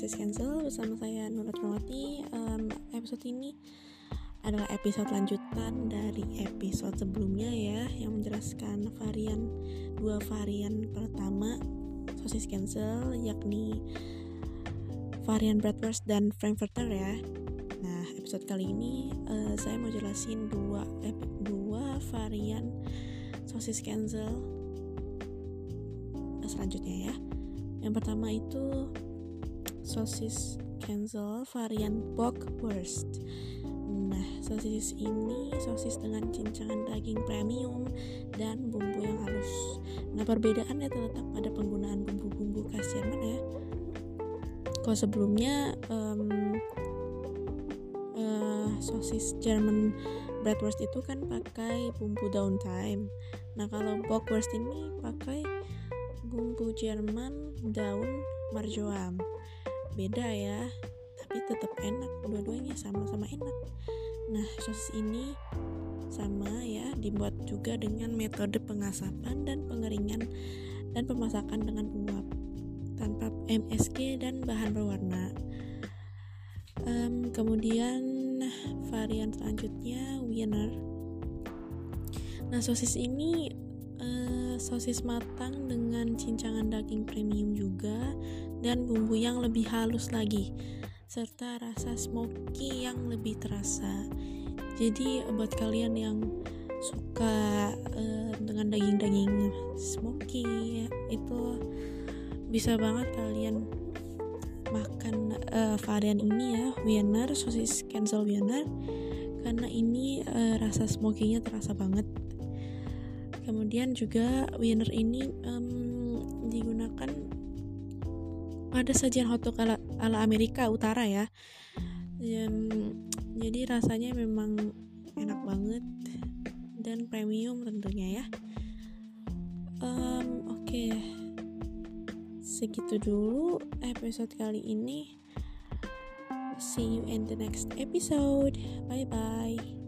Sosis Cancel bersama saya Nurut Rawati. Episode ini adalah episode lanjutan dari episode sebelumnya ya, yang menjelaskan dua varian pertama Sosis Cancel, yakni varian Bratwurst dan Frankfurter ya. Nah, episode kali ini saya mau jelasin dua varian Sosis Cancel selanjutnya ya. Yang pertama itu sosis cancel varian Bockwurst. Nah, sosis ini sosis dengan cincangan daging premium dan bumbu yang halus. Nah, perbedaannya terletak pada penggunaan bumbu-bumbu khas Jerman ya. Kalau sebelumnya sosis German Bratwurst itu kan pakai bumbu downtime. Nah, kalau Bockwurst ini pakai bumbu Jerman daun marjoram. Beda ya, tapi tetap enak, dua-duanya sama-sama enak. Nah, sosis ini sama ya, dibuat juga dengan metode pengasapan dan pengeringan dan pemasakan dengan uap tanpa MSG dan bahan berwarna. Kemudian varian selanjutnya Wiener. Nah, sosis ini sosis matang dengan cincangan daging premium juga dan bumbu yang lebih halus lagi serta rasa smoky yang lebih terasa. Jadi buat kalian yang suka dengan daging-daging smoky itu bisa banget kalian makan varian ini ya, Wiener, sosis cancel Wiener, karena ini rasa smoky-nya terasa banget. Kemudian juga Wiener ini digunakan pada sajian hotdog ala Amerika Utara ya. Jadi rasanya memang enak banget dan premium tentunya ya. Oke. Segitu dulu episode kali ini. See you in the next episode. Bye bye.